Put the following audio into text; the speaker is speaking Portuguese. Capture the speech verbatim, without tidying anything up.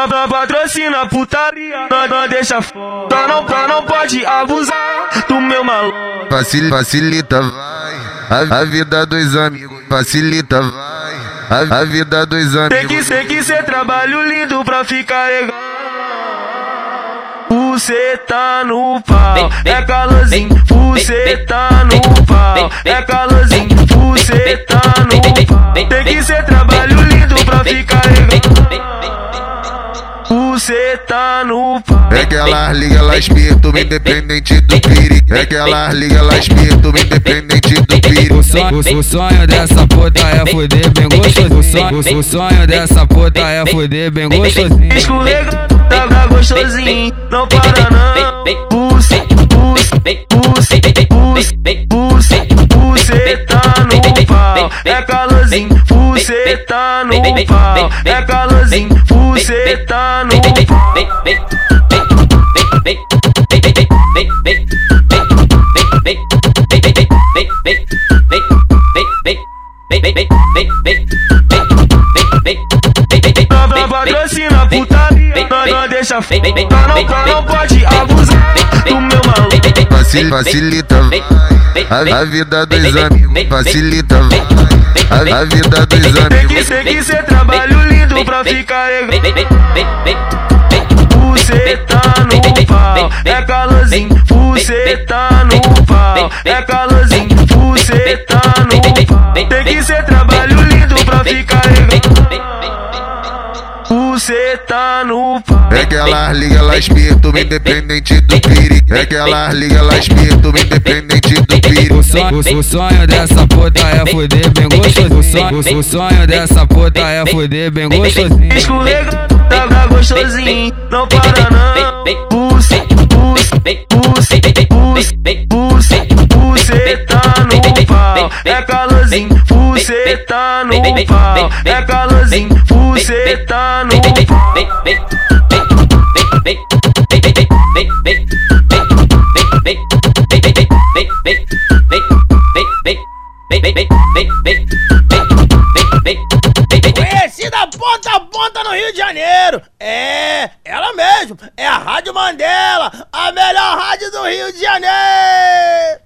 Não patrocina putaria, não, não deixa fora. Só não, só não pode abusar do meu maluco. Facil, facilita, vai. A, a vida dos amigos. Facilita, vai. A, a vida dos amigos. Tem que ser, que ser trabalho lindo pra ficar legal. Você tá no pau, é calorzinho. Você tá no pau, é calorzinho. Você tá no pau. Tem que ser trabalho lindo pra ficar legal. Você tá no pau. É que elas ligam, elas pirtam, independente do perigo. É que elas ligam, elas pirtam, independente do perigo. O sonho, o, o sonho dessa puta é fuder bem gostoso. O sonho, o, o sonho dessa puta é fuder bem gostoso. Escorrega, tá gostosinho, não para não. Pulse, pulse, pulse, pulse, pulse, você tá no pau, é calorzinho. Você tá no pau, é calorzinho. Você tá no pau. Não patrocina putaria, não, não deixa fora. Não, não pode abusar do meu maluco. Facil, facilita, vai. A, a vida dos amigos. Facilita, vai. A, a vida dos Tem que amigos. ser, que ser trabalho lindo pra ficar legal. Você tá no pau, é calorzinho. Você tá no pau, é calorzinho. Você tá no pau. Tem que ser trabalho lindo pra ficar legal. Você tá no pau. É que elas ligam, elas pirtam, independente do perigo. É que elas ligam, elas pirtam, independente do perigo. O sonho, o, o sonho dessa puta é fuder bem gostoso. O sonho, o, o sonho dessa puta é fuder bem gostoso. Escorrega, tá gostosinho, não para não. Pulse, pulse, pulse, pulse, pulse, você tá no pau, é calorzinho. Você tá no pau, é calorzinho. Você tá no pau. Conhecida ponta a ponta no Rio de Janeiro. É, ela mesmo. É a Rádio Mandela, a melhor rádio do Rio de Janeiro.